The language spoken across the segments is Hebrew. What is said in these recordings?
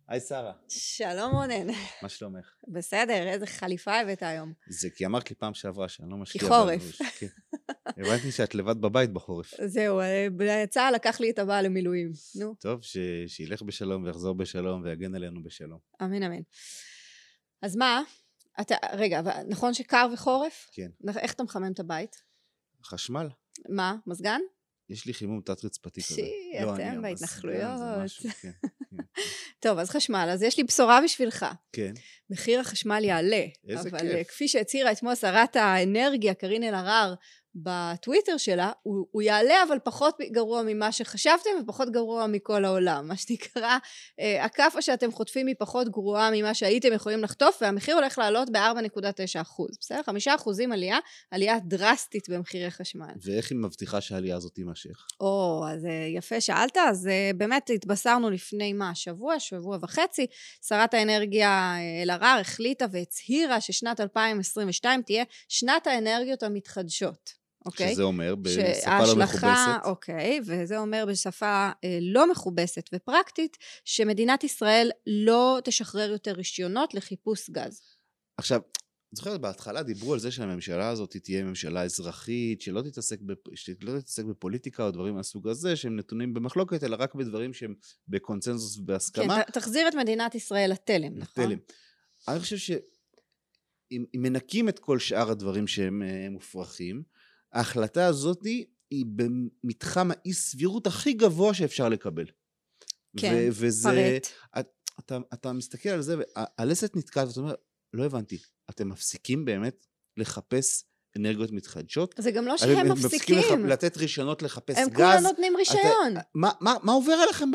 היי שרה. שלום רונן. מה שלומך? בסדר, איזה חליפה הבאת היום. זה כי אמרת לי פעם שעברה שאני לא משקיע. כי חורף. כן. הבנתי שאת לבד בבית בחורף. זהו, יצא לקח לי את הבא למילואים. נו. טוב, שילך בשלום ויחזור בשלום ויגן עלינו בשלום. אמן אמן. אז מה? רגע, נכון שקר וחורף? כן. איך אתה מחמם את הבית? חשמל. מה? מזגן? יש לי חימום תת-רצפתי כזה. אתם בהתנחלויות. כן. טוב, אז חשמל, אז יש לי בשורה בשבילך. כן. מחיר החשמל יעלה. איזה אבל כיף. כפי שהצהירה אתמול שרת האנרגיה, קארין אלהרר, בטוויטר שלה, הוא יעלה אבל פחות גרוע ממה שחשבתם ופחות גרוע מכל העולם. מה שנקרא, הכאפה שאתם חוטפים היא פחות גרועה ממה שהייתם יכולים לחטוף, והמחיר הולך לעלות ב-4.9%. בסדר? 5% עלייה דרסטית במחירי חשמל. ואיך היא מבטיחה שהעלייה הזאת תימשך? אז יפה שאלת, אז באמת התבשרנו לפני שבוע וחצי, שרת האנרגיה אלהרר החליטה והצהירה ששנת 2022 תהיה שנת האנרגיות המתחדשות. אוקיי? שזה אומר בשפה לא מכובסת. אוקיי, וזה אומר בשפה לא מכובסת ופרקטית, שמדינת ישראל לא תשחרר יותר רישיונות לחיפוש גז. עכשיו, זוכרת, בהתחלה דיברו על זה שהממשלה הזאת תהיה ממשלה אזרחית, שלא תתעסק בפוליטיקה או דברים מהסוג הזה, שהם נתונים במחלוקת, אלא רק בדברים שהם בקונצנזוס ובהסכמה. כן, תחזיר את מדינת ישראל לתלם, נכון? לתלם. אני חושב שאם מנקים את כל שאר הדברים שהם מופרכים, ההחלטה הזאת היא במתחם האי סבירות הכי גבוה שאפשר לקבל. כן, פרט. אתה מסתכל על זה, והלסת נתקעת, ואתה אומר, לא הבנתי, אתם מפסיקים באמת לחפש אנרגיות מתחדשות? זה גם לא שהם מפסיקים. לתת רישיונות לחפש גז. הם כולה נותנים רישיון. מה עובר עליכם?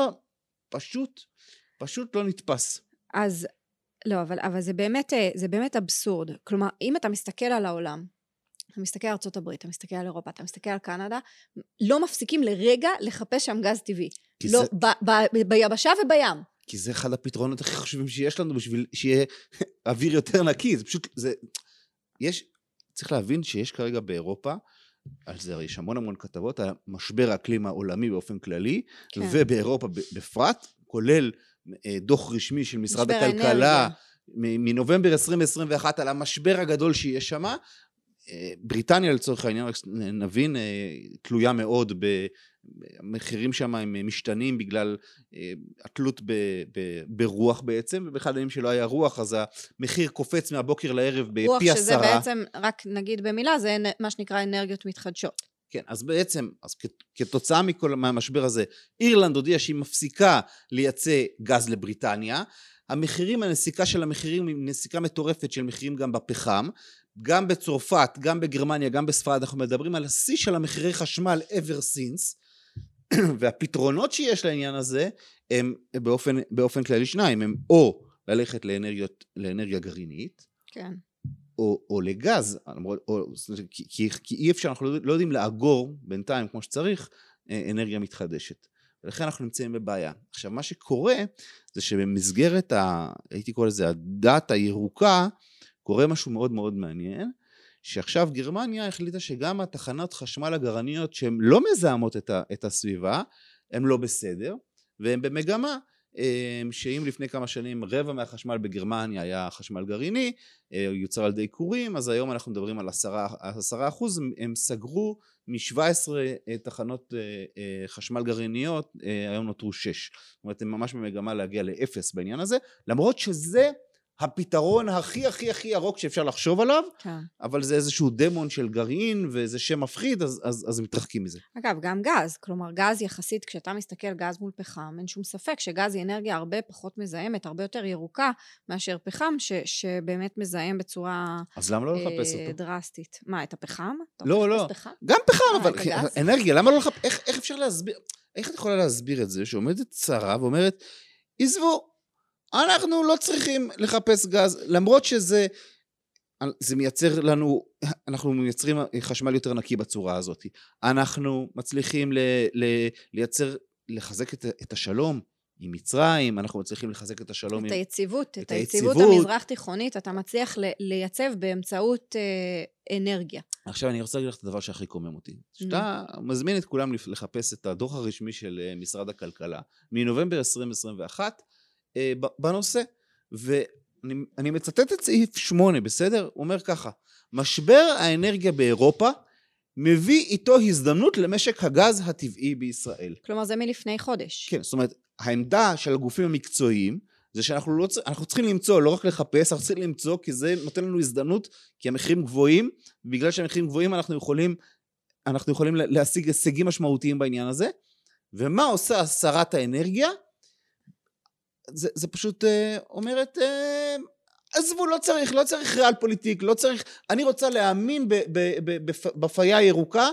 פשוט לא נתפס. אז, לא, אבל זה באמת אבסורד. כלומר, אם אתה מסתכל על העולם, אתה מסתכל על ארצות הברית, אתה מסתכל על אירופה, אתה מסתכל על קנדה, לא מפסיקים לרגע לחפש שם גז טבעי. לא, ביבשה ובים. כי זה אחד הפתרונות הכי חשובים שיש לנו בשביל שיהיה אוויר יותר נקי. זה פשוט, צריך להבין שיש כרגע באירופה, על זה הרי יש המון כתבות, המשבר האקלים העולמי באופן כללי, כן. ובאירופה בפרט, כולל דוח רשמי של משרד הכלכלה, מנובמבר 2021, על המשבר הגדול שיש שם, בריטניה לצורך העניין, נבין, תלויה מאוד במחירים שם, הם משתנים בגלל התלות ברוח בעצם, ובאחד הימים שלא היה רוח, אז המחיר קופץ מהבוקר לערב בפי 10. רוח שזה בעצם, רק נגיד במילה, זה מה שנקרא אנרגיות מתחדשות. כן, אז בעצם, כתוצאה מהמשבר הזה, אירלנד הודיעה שהיא מפסיקה לייצא גז לבריטניה, הנסיקה של המחירים היא נסיקה מטורפת של מחירים גם בפחם, גם בצרפת, גם בגרמניה, גם בספרד, אנחנו מדברים על השיא של המחירי חשמל ever since, והפתרונות שיש לעניין הזה, הם באופן כללי שניים, הם או ללכת לאנרגיה גרעינית, כן. או לגז, כי אי אפשר, אנחנו לא יודעים לאגור בינתיים כמו שצריך, אנרגיה מתחדשת. ולכן אנחנו נמצאים בבעיה. עכשיו, מה שקורה, זה שבמסגרת, הייתי קורא לזה, הדת הירוקה, קורה משהו מאוד מאוד מעניין, שעכשיו גרמניה החליטה שגם התחנות חשמל הגרעיניות, שהן לא מזהמות את הסביבה, הן לא בסדר, והן במגמה, שאם לפני כמה שנים רבע מהחשמל בגרמניה היה חשמל גרעיני, יוצר על ידי כורים, אז היום אנחנו מדברים על 10%, הם סגרו מ-17 תחנות חשמל גרעיניות, היום נותרו 6. זאת אומרת, הם ממש במגמה להגיע ל0 בעניין הזה, למרות שזה הפתרון הכי ירוק שאפשר לחשוב עליו, כן. אבל זה איזשהו דמון של גרעין, וזה שם מפחיד, אז הם מתרחקים מזה. אגב, גם גז, כלומר גז יחסית, כשאתה מסתכל גז מול פחם, אין שום ספק שגז היא אנרגיה הרבה פחות מזהמת, הרבה יותר ירוקה, מאשר פחם, שבאמת מזהם בצורה אז למה לא לחפש אותו? דרסטית. מה, את הפחם? לא. גם פחם, אבל אנרגיה, למה לא לחפש? איך אפשר להסביר? איך את יכולה להסביר את זה, שעומדת שרה ואומרת, עזבו, אנחנו לא צריכים לחפש גז, למרות שזה מייצר לנו, אנחנו מייצרים חשמל יותר נקי בצורה הזאת. אנחנו מצליחים לחזק את השלום עם מצרים, אנחנו מצליחים לחזק את השלום את היציבות, את היציבות המזרח תיכונית, אתה מצליח לייצב באמצעות אנרגיה. עכשיו אני רוצה להגיד לך את הדבר שהכי קומם אותי. שאתה מזמין את כולם לחפש את הדוח הרשמי של משרד הכלכלה, מנובמבר 2021, בנושא. ואני מצטט את סעיף 8, בסדר? הוא אומר ככה, משבר האנרגיה באירופה מביא איתו הזדמנות למשק הגז הטבעי בישראל. כלומר, זה מלפני חודש. כן, זאת אומרת, העמדה של הגופים המקצועיים, זה שאנחנו אנחנו צריכים למצוא, לא רק לחפש, אנחנו צריכים למצוא, כי זה נותן לנו הזדמנות, כי המחירים גבוהים, ובגלל שהמחירים גבוהים אנחנו יכולים להשיג הישגים משמעותיים בעניין הזה, ומה עושה שרת האנרגיה? זה פשוט אומרת, עזבו, לא צריך ריאל פוליטיק, לא צריך, אני רוצה להאמין בפיה הירוקה,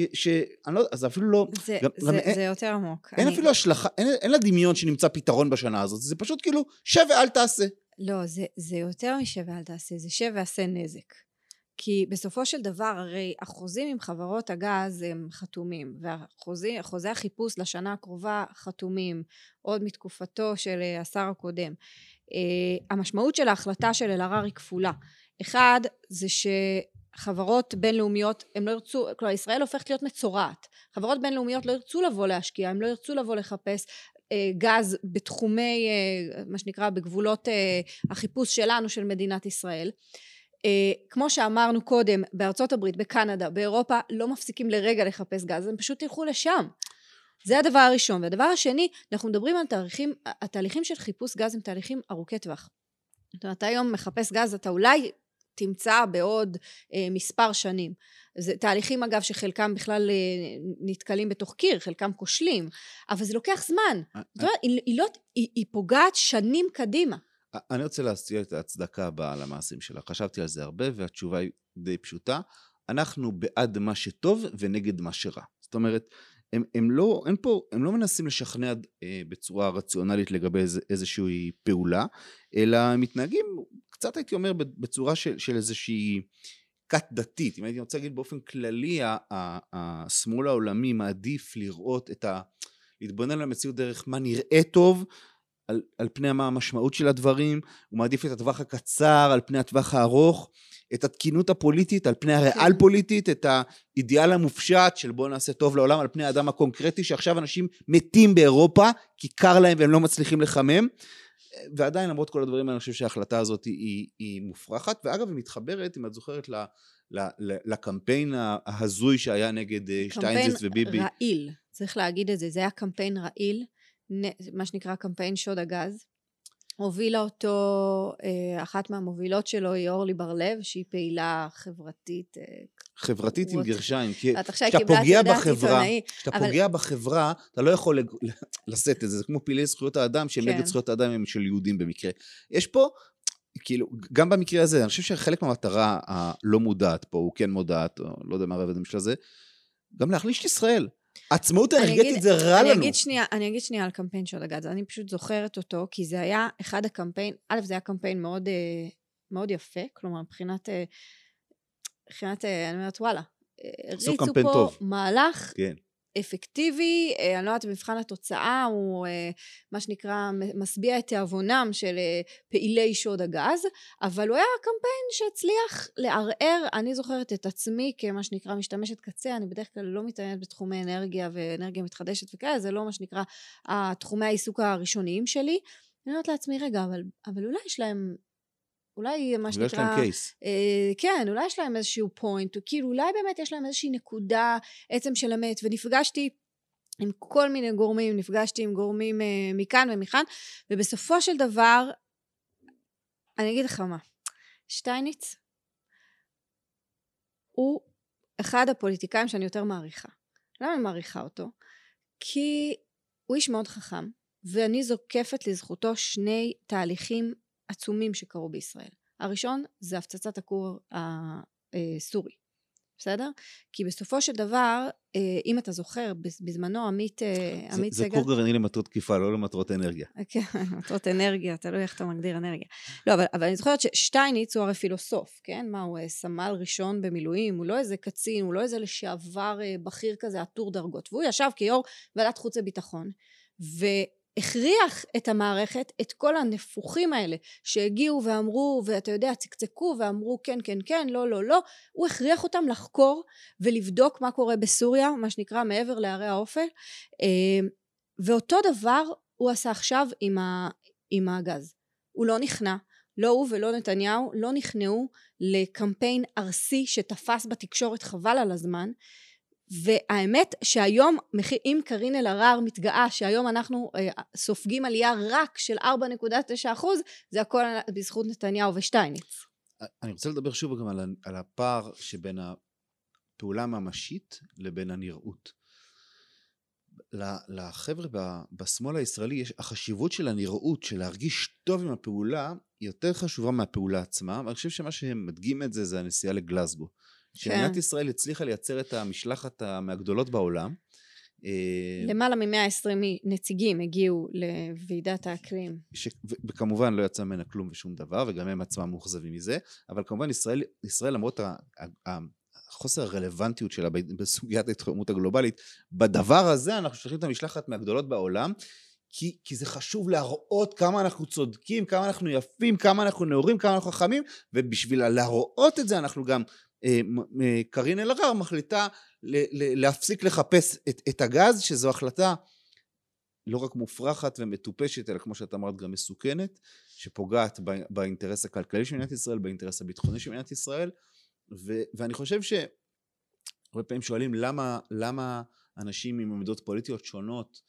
אז אפילו לא... זה יותר עמוק. אין אפילו השלכה, אין לה דמיון שנמצא פתרון בשנה הזאת, זה פשוט כאילו, שב ואל תעשה. לא, זה יותר משב ואל תעשה, זה שב ועשה נזק. כי בסופו של דבר, הרי החוזים עם חברות הגז הם חתומים, והחוזי החיפוש לשנה הקרובה חתומים, עוד מתקופתו של השר הקודם. המשמעות של ההחלטה של אלהרר היא כפולה. אחד, זה שחברות בינלאומיות, הם לא ירצו, כלומר, ישראל הופכת להיות מצורעת. חברות בינלאומיות לא ירצו לבוא להשקיע, הם לא ירצו לבוא לחפש גז בתחומי, מה שנקרא, בגבולות החיפוש שלנו, של מדינת ישראל. כמו שאמרנו קודם, בארצות הברית, בקנדה, באירופה, לא מפסיקים לרגע לחפש גז, הם פשוט ילכו לשם. זה הדבר הראשון. והדבר השני, אנחנו מדברים על התהליכים של חיפוש גז הם תהליכים ארוכי טווח. זאת אומרת, אתה היום מחפש גז, אתה אולי תמצא בעוד מספר שנים. זה תהליכים אגב שחלקם בכלל נתקלים בתוך קיר, חלקם כושלים, אבל זה לוקח זמן. זאת אומרת, היא פוגעת שנים קדימה. אני רוצה להציע את ההצדקה הבאה למעשים שלה. חשבתי על זה הרבה, והתשובה היא די פשוטה. אנחנו בעד מה שטוב ונגד מה שרע. זאת אומרת, הם לא מנסים לשכנע בצורה רציונלית לגבי איזושהי פעולה, אלא הם מתנהגים, קצת הייתי אומר, בצורה של איזושהי כת דתית. אם הייתי רוצה להגיד באופן כללי, השמאל העולמי מעדיף לראות להתבונן על המציאות דרך מה נראה טוב, על פני מה המשמעות של הדברים, הוא מעדיף את הטווח הקצר על פני הטווח הארוך, את התקינות הפוליטית על פני הריאל פוליטית, את האידיאל המופשט של בוא נעשה טוב לעולם על פני האדם הקונקרטי, שעכשיו אנשים מתים באירופה, כי קר להם והם לא מצליחים לחמם, ועדיין למרות כל הדברים אני חושב שההחלטה הזאת היא מופרכת, ואגב היא מתחברת, אם את זוכרת, לקמפיין ההזוי שהיה נגד שטיינזץ וביבי. קמפיין רעיל, צריך להגיד את זה, זה היה קמפיין רעיל, מה שנקרא קמפיין שוד הגז, הובילה אותו, אחת מהמובילות שלו היא אורלי בר-לב, שהיא פעילה חברתית עם גרשיים, כי כשאתה פוגע בחברה, אתה לא יכול לשאת את זה, זה כמו פעילי זכויות האדם, שהם נגד זכויות האדם הם של יהודים במקרה. יש פה, כאילו, גם במקרה הזה, אני חושב שחלק מהמטרה הלא מודעת פה, הוא כן מודעת, לא יודע מה הרבדים של זה, גם להחליש את ישראל. עצמאות האנרגטית זה רע לנו. אני אגיד שנייה על קמפיין שוד הגז, אני פשוט זוכרת אותו, כי זה היה אחד הקמפיין, זה היה קמפיין מאוד, מאוד יפה, כלומר, מבחינת, אני אומרת, וואלה, ריצו פה מהלך אפקטיבי, אני לא יודעת, במבחן התוצאה, הוא מה שנקרא, מסביע את תיאבונם של פעילי שוד הגז, אבל הוא היה קמפיין שהצליח לערער, אני זוכרת את עצמי כמה שנקרא משתמשת קצה, אני בדרך כלל לא מתעניינת בתחומי אנרגיה ואנרגיה מתחדשת וכאלה, זה לא מה שנקרא תחומי העיסוק הראשוניים שלי, אני אומרת לעצמי, רגע, אבל אולי יש להם, אולי מה שנקרא, יש להם קייס. כן, אולי יש להם איזשהו פוינט, כאילו אולי באמת יש להם איזושהי נקודה עצם של אמת, ונפגשתי עם כל מיני גורמים, נפגשתי עם גורמים מכאן ומכאן, ובסופו של דבר, אני אגיד לך מה, שטייניץ, הוא אחד הפוליטיקאים שאני יותר מעריכה. למה אני מעריכה אותו? כי הוא איש מאוד חכם, ואני זוקפת לזכותו שני תהליכים עצומים שקרו בישראל. הראשון זה הפצצת הכור הסורי. בסדר? כי בסופו של דבר, אם אתה זוכר, בזמנו עמית סגל... זה כור גרעיני למטרות תקיפה, לא למטרות אנרגיה. כן, למטרות אנרגיה, תלוי איך אתה מגדיר אנרגיה. לא, אבל אני זוכרת ששטייניץ הוא הרי פילוסוף, כן? מה, הוא סמל ראשון במילואים, הוא לא איזה קצין, הוא לא איזה לשעבר בכיר כזה, עטור דרגות. והוא ישב כיו"ר ועדת חוץ וביטחון, הכריח את המערכת, את כל הנפוחים האלה שהגיעו ואמרו, ואתה יודע, צקצקו ואמרו כן, כן, כן, לא, לא, לא, הוא הכריח אותם לחקור ולבדוק מה קורה בסוריה, מה שנקרא מעבר להרי האופל, ואותו דבר הוא עשה עכשיו עם הגז. הוא לא נכנע, לא הוא ולא נתניהו לא נכנעו לקמפיין ארסי שתפס בתקשורת חבל על הזמן, והאמת שהיום, אם קרין אלהרר מתגאה שהיום אנחנו סופגים עלייה רק של 4.9%, זה הכל בזכות נתניהו ושטייניץ. אני רוצה לדבר שוב גם על הפער שבין הפעולה הממשית לבין הנראות. לחבר'ה בשמאל הישראלי יש החשיבות של הנראות, של להרגיש טוב עם הפעולה, היא יותר חשובה מהפעולה עצמה, ואני חושב שמה שהם מדגים את זה, זה הנסיעה לגלזגו. שמדינת ישראל הצליחה לייצר את המשלחת מהגדולות בעולם. למעלה מ-120 נציגים הגיעו לוועידת האקלים. וכמובן לא יצא ממנה כלום ושום דבר, וגם הם עצמם מוחזבים מזה, אבל כמובן ישראל למרות חוסר הרלוונטיות שלה בסוגיית ההתחממות הגלובלית, בדבר הזה אנחנו שולחים את המשלחת מהגדולות בעולם, כי זה חשוב להראות כמה אנחנו צודקים, כמה אנחנו יפים, כמה אנחנו נאורים, כמה אנחנו חכמים, ובשביל להראות את זה אנחנו גם, קרין אלהרר מחליטה להפסיק לחפש את הגז, שזו החלטה לא רק מופרכת ומטופשת, אלא כמו שאת אמרת גם מסוכנת, שפוגעת באינטרס הכלכלי של מדינת ישראל, באינטרס הביטחוני של מדינת ישראל, ואני חושב שהרבה פעמים שואלים למה אנשים עם עמדות פוליטיות שונות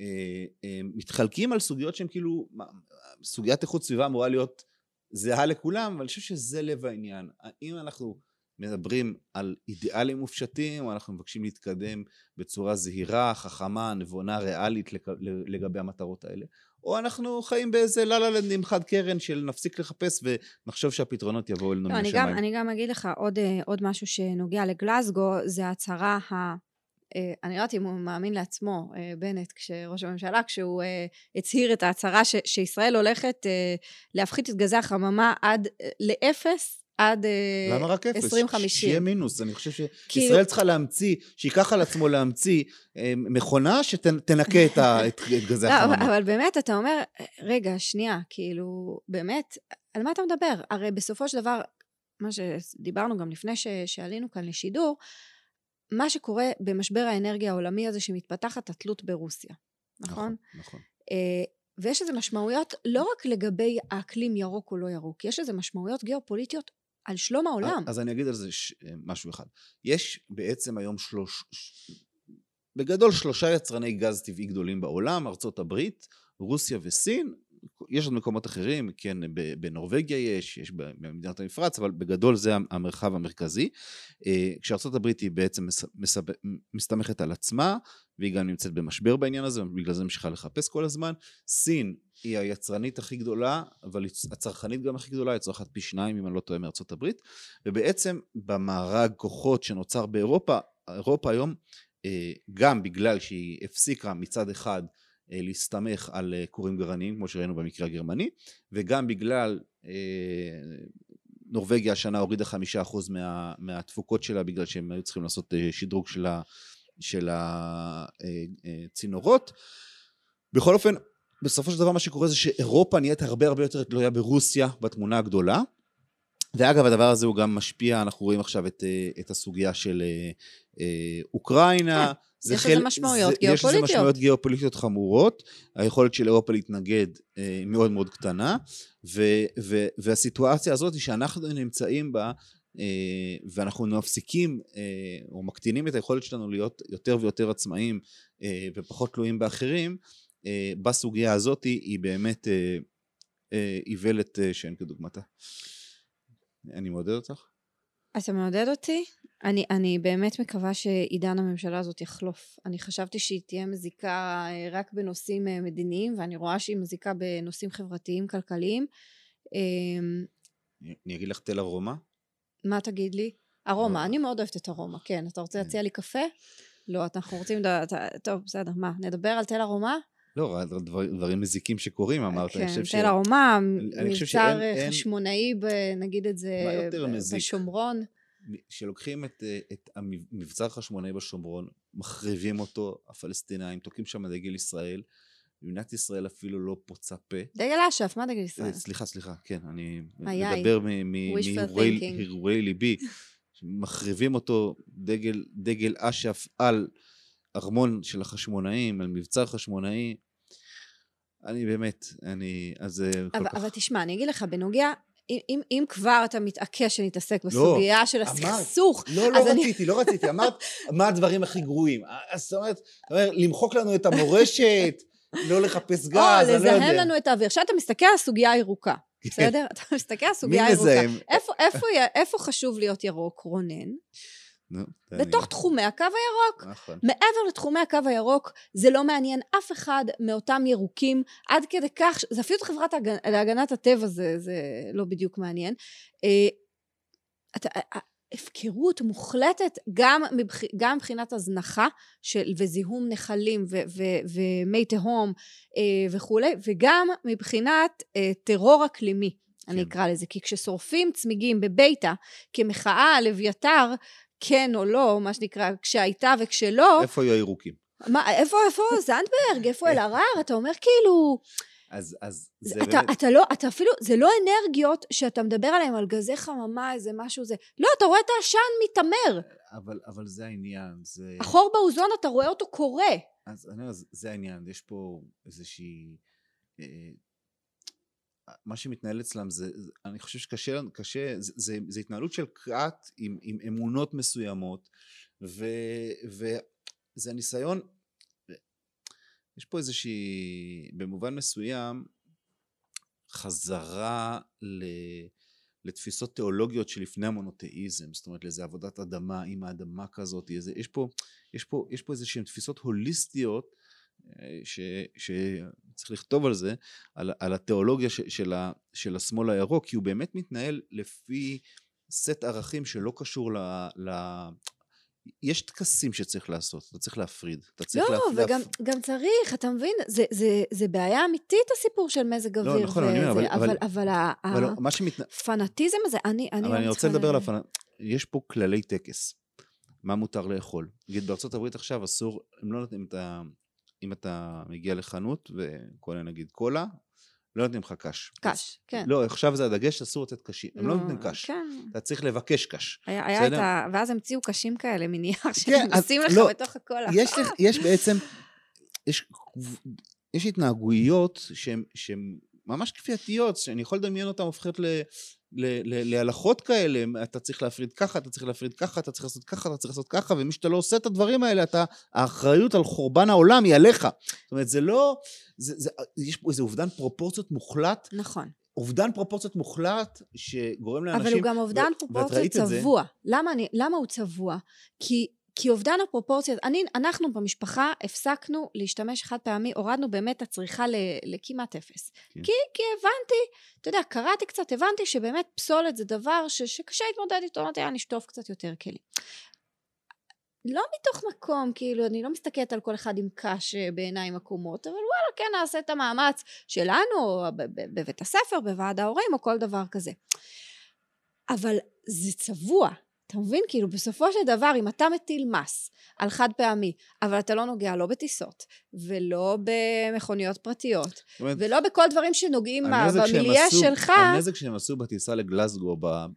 מתחלקים על סוגיות שהן כאילו, סוגיית איכות סביבה אמורה להיות זהה לכולם, אבל אני חושב שזה לב העניין. האם אנחנו מדברים על אידיאלים מופשטים, או אנחנו מבקשים להתקדם בצורה זהירה, חכמה, נבונה, ריאלית לגבי המטרות האלה, או אנחנו חיים באיזה ללה-לנד עם חד קרן של נפסיק לחפש ונחשוב שהפתרונות יבואו אלינו מהשמיים. אני גם אגיד לך עוד משהו שנוגע לגלזגו, זה ההצהרה אני יודעת אם הוא מאמין לעצמו, בנט, כשראש הממשלה, כשהוא הצהיר את ההצהרה שישראל הולכת להפחית את גזי החממה עד לאפס, עד 2050. למה רק אפס? שיהיה מינוס. אני חושב שישראל צריכה להמציא, שיקח על עצמו להמציא מכונה שתנקה את גזי החממה. אבל באמת אתה אומר, רגע, שנייה, כאילו, באמת, על מה אתה מדבר? הרי בסופו של דבר, מה שדיברנו גם לפני שעלינו כאן לשידור, מה שקורה במשבר האנרגיה העולמי הזה שמתפתחת התלות ברוסיה, נכון? נכון. ויש לזה משמעויות לא רק לגבי האקלים ירוק או לא ירוק, יש לזה משמעויות גיאופוליטיות על שלום העולם. אז אני אגיד על זה משהו אחד. יש בעצם היום בגדול 3 יצרני גז טבעי גדולים בעולם, ארצות הברית, רוסיה וסין, יש עוד מקומות אחרים, כן, בנורווגיה יש במדינת המפרץ, אבל בגדול זה המרחב המרכזי. כשארצות הברית היא בעצם מסתמכת על עצמה, והיא גם נמצאת במשבר בעניין הזה, ובגלל זה ממשיכה לחפש כל הזמן. סין היא היצרנית הכי גדולה, אבל הצרכנית גם הכי גדולה, היא צורכת פי 2, אם אני לא טועה, מארצות הברית, ובעצם במארג כוחות שנוצר באירופה, אירופה היום, גם בגלל שהיא הפסיקה מצד אחד, להסתמך על כורים גרעיניים, כמו שראינו במקרה הגרמני, וגם בגלל נורווגיה השנה הורידה 5% מהתפוקות שלה, בגלל שהם היו צריכים לעשות שדרוג של הצינורות. בכל אופן, בסופו של דבר מה שקורה זה שאירופה נהיית הרבה יותר תלויה ברוסיה בתמונה הגדולה, ואגב הדבר הזה הוא גם משפיע, אנחנו רואים עכשיו את הסוגיה של אוקראינה, יש לזה משמעויות גיאופוליטיות. יש לזה משמעויות גיאופוליטיות חמורות, היכולת של אירופה להתנגד מאוד מאוד קטנה, והסיטואציה הזאת היא שאנחנו נמצאים בה, ואנחנו מפסיקים או מקטינים את היכולת שלנו להיות יותר ויותר עצמאים, ופחות תלויים באחרים, בסוגיה הזאת היא באמת איוולת שאין כדוגמתה. אני מעודד אותך? אתה מעודד אותי? אני באמת מקווה שעידן הממשלה הזאת יחלוף. אני חשבתי שהיא תהיה מזיקה רק בנושאים מדיניים, ואני רואה שהיא מזיקה בנושאים חברתיים, כלכליים. אני אגיד לך תל ארומה? מה תגיד לי? ארומה, אני מאוד אוהבת את ארומה, כן. אתה רוצה להציע לי קפה? לא, אנחנו רוצים, טוב, בסדר, מה? נדבר על תל ארומה? לא, דברים מזיקים שקורים, אמרת. כן, תל ארומה, מבצר חשמונאי, נגיד את זה, בשומרון. שלוקחים את המבצר חשמונאי בשומרון, מחריבים אותו, הפלסטינאים, תוקעים שם דגל ישראל, במדינת ישראל אפילו לא פוצע פה. דגל אש"ף, מה דגל ישראל? סליחה, כן, אני מדבר מהרהורי ליבי, מחריבים אותו דגל אש"ף על ארמון של החשמונאים, על מבצר חשמונאי. אני באמת, אז... אבל תשמע, אני אגיד לך, בנוגע, אם כבר אתה מתעקש שנתעסק בסוגיה של הסכסוך, לא רציתי, אמרת, מה הדברים הכי גרועים? אז זאת אומרת, למחוק לנו את המורשת, לא לחפש גז, או לזהם לנו את האוויר. עכשיו אתה מסתכל על הסוגיה הירוקה, בסדר? אתה מסתכל על הסוגיה הירוקה. איפה חשוב להיות ירוק, רונן? בתוך תחומי הקו הירוק. מעבר לתחומי הקו הירוק, זה לא מעניין אף אחד מאותם ירוקים, עד כדי כך, זה אפילו את חברת להגנת הטבע, זה לא בדיוק מעניין. הפקרות מוחלטת, גם מבחינת הזנחה וזיהום נחלים ומי תהום וכו', וגם מבחינת טרור אקלימי, אני אקרא לזה, כי כששורפים צמיגים בביתה, כמחאה על אביתר, כן או לא, מה שנקרא, כשהייתה וכשלא. איפה היו הירוקים? איפה זנדברג? איפה אלהרר? אתה אומר כאילו... אז אתה אפילו, זה לא אנרגיות שאתה מדבר עליהן על גזי חממה, איזה משהו זה. לא, אתה רואה את העשן מתאמר. אבל זה העניין. החור באוזון, אתה רואה אותו קורה. אז זה העניין. יש פה איזושהי... מה שמתנהל אצלם אני חושב שקשה, זה התנהלות של קראת עם אמונות מסוימות, וזה הניסיון, יש פה איזושהי, במובן מסוים, חזרה לתפיסות תיאולוגיות שלפני המונותאיזם, זאת אומרת לאיזה עבודת אדמה עם האדמה כזאת, יש פה איזושהי תפיסות הוליסטיות, שצריך לכתוב על זה, על התיאולוגיה של השמאל הירוק, כי הוא באמת מתנהל לפי סט ערכים שלא קשור יש תקסים שצריך לעשות, אתה צריך להפריד. לא, וגם צריך, אתה מבין, זה בעיה אמיתית הסיפור של מזג אוויר. לא, נכון, אני אומר, אבל הפנאטיזם הזה, אבל אני רוצה לדבר על הפנאטיזם, יש פה כללי טקס, מה מותר לאכול. נגיד, בארצות הברית עכשיו אסור, הם לא נותנים אם אתה מגיע לחנות וקונה נגיד קולה, לא נותנים לך קש. קש, כן. לא, עכשיו זה הדגש, אסור לתת קשים. הם לא נותנים קש. כן. אתה צריך לבקש קש. ואז המציאו קשים כאלה, מניח, שעושים לך בתוך הקולה. יש בעצם, יש התנהגויות שהן ממש כפייתיות, שאני יכול לדמיין אותן הופכות להלכות כאלה, אתה צריך להפריד ככה, אתה צריך להפריד ככה, אתה צריך לעשות ככה, אתה צריך לעשות ככה, ומי שאתה לא עושה את הדברים האלה, האחריות על חורבן העולם היא עליך. זאת אומרת, זה לא, יש פה איזה אובדן פרופורציות מוחלט. נכון. אובדן פרופורציות מוחלט שגורם לאנשים... אבל הוא גם אובדן פרופורציות צבוע. למה הוא צבוע? כי אובדן הפרופורציות, אנחנו במשפחה הפסקנו להשתמש חד פעמי, הורדנו באמת את הצריכה לכמעט אפס. כן. כי הבנתי, אתה יודע, קראתי קצת, הבנתי שבאמת פסולת זה דבר שקשה להתמודד איתו, אני אשטוף קצת יותר כלי. לא מתוך מקום, כאילו, אני לא מסתכלת על כל אחד עם קש בעיניים עקומות, אבל וואלה, כן, נעשה את המאמץ שלנו, או בבית הספר, בוועד ההורים, או כל דבר כזה. אבל זה צבוע. אתה מבין? כאילו בסופו של דבר, אם אתה מטיל מס על חד פעמי, אבל אתה לא נוגע לא בטיסות, ולא במכוניות פרטיות, ולא בכל דברים שנוגעים במיליה שלך... הנזק שהם עשו בטיסה לגלסגו,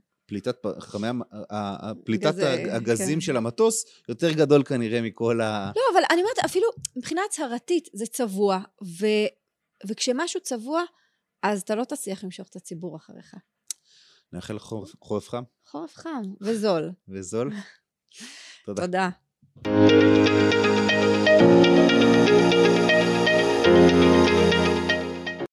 פליטת הגזים של המטוס, יותר גדול כנראה מכל לא, אבל אני אומרת, אפילו מבחינה הצהרתית זה צבוע, וכשמשהו צבוע, אז אתה לא תצליח למשוך את הציבור אחריך. נאחל חורף חם? חורף חם, וזול. וזול? תודה.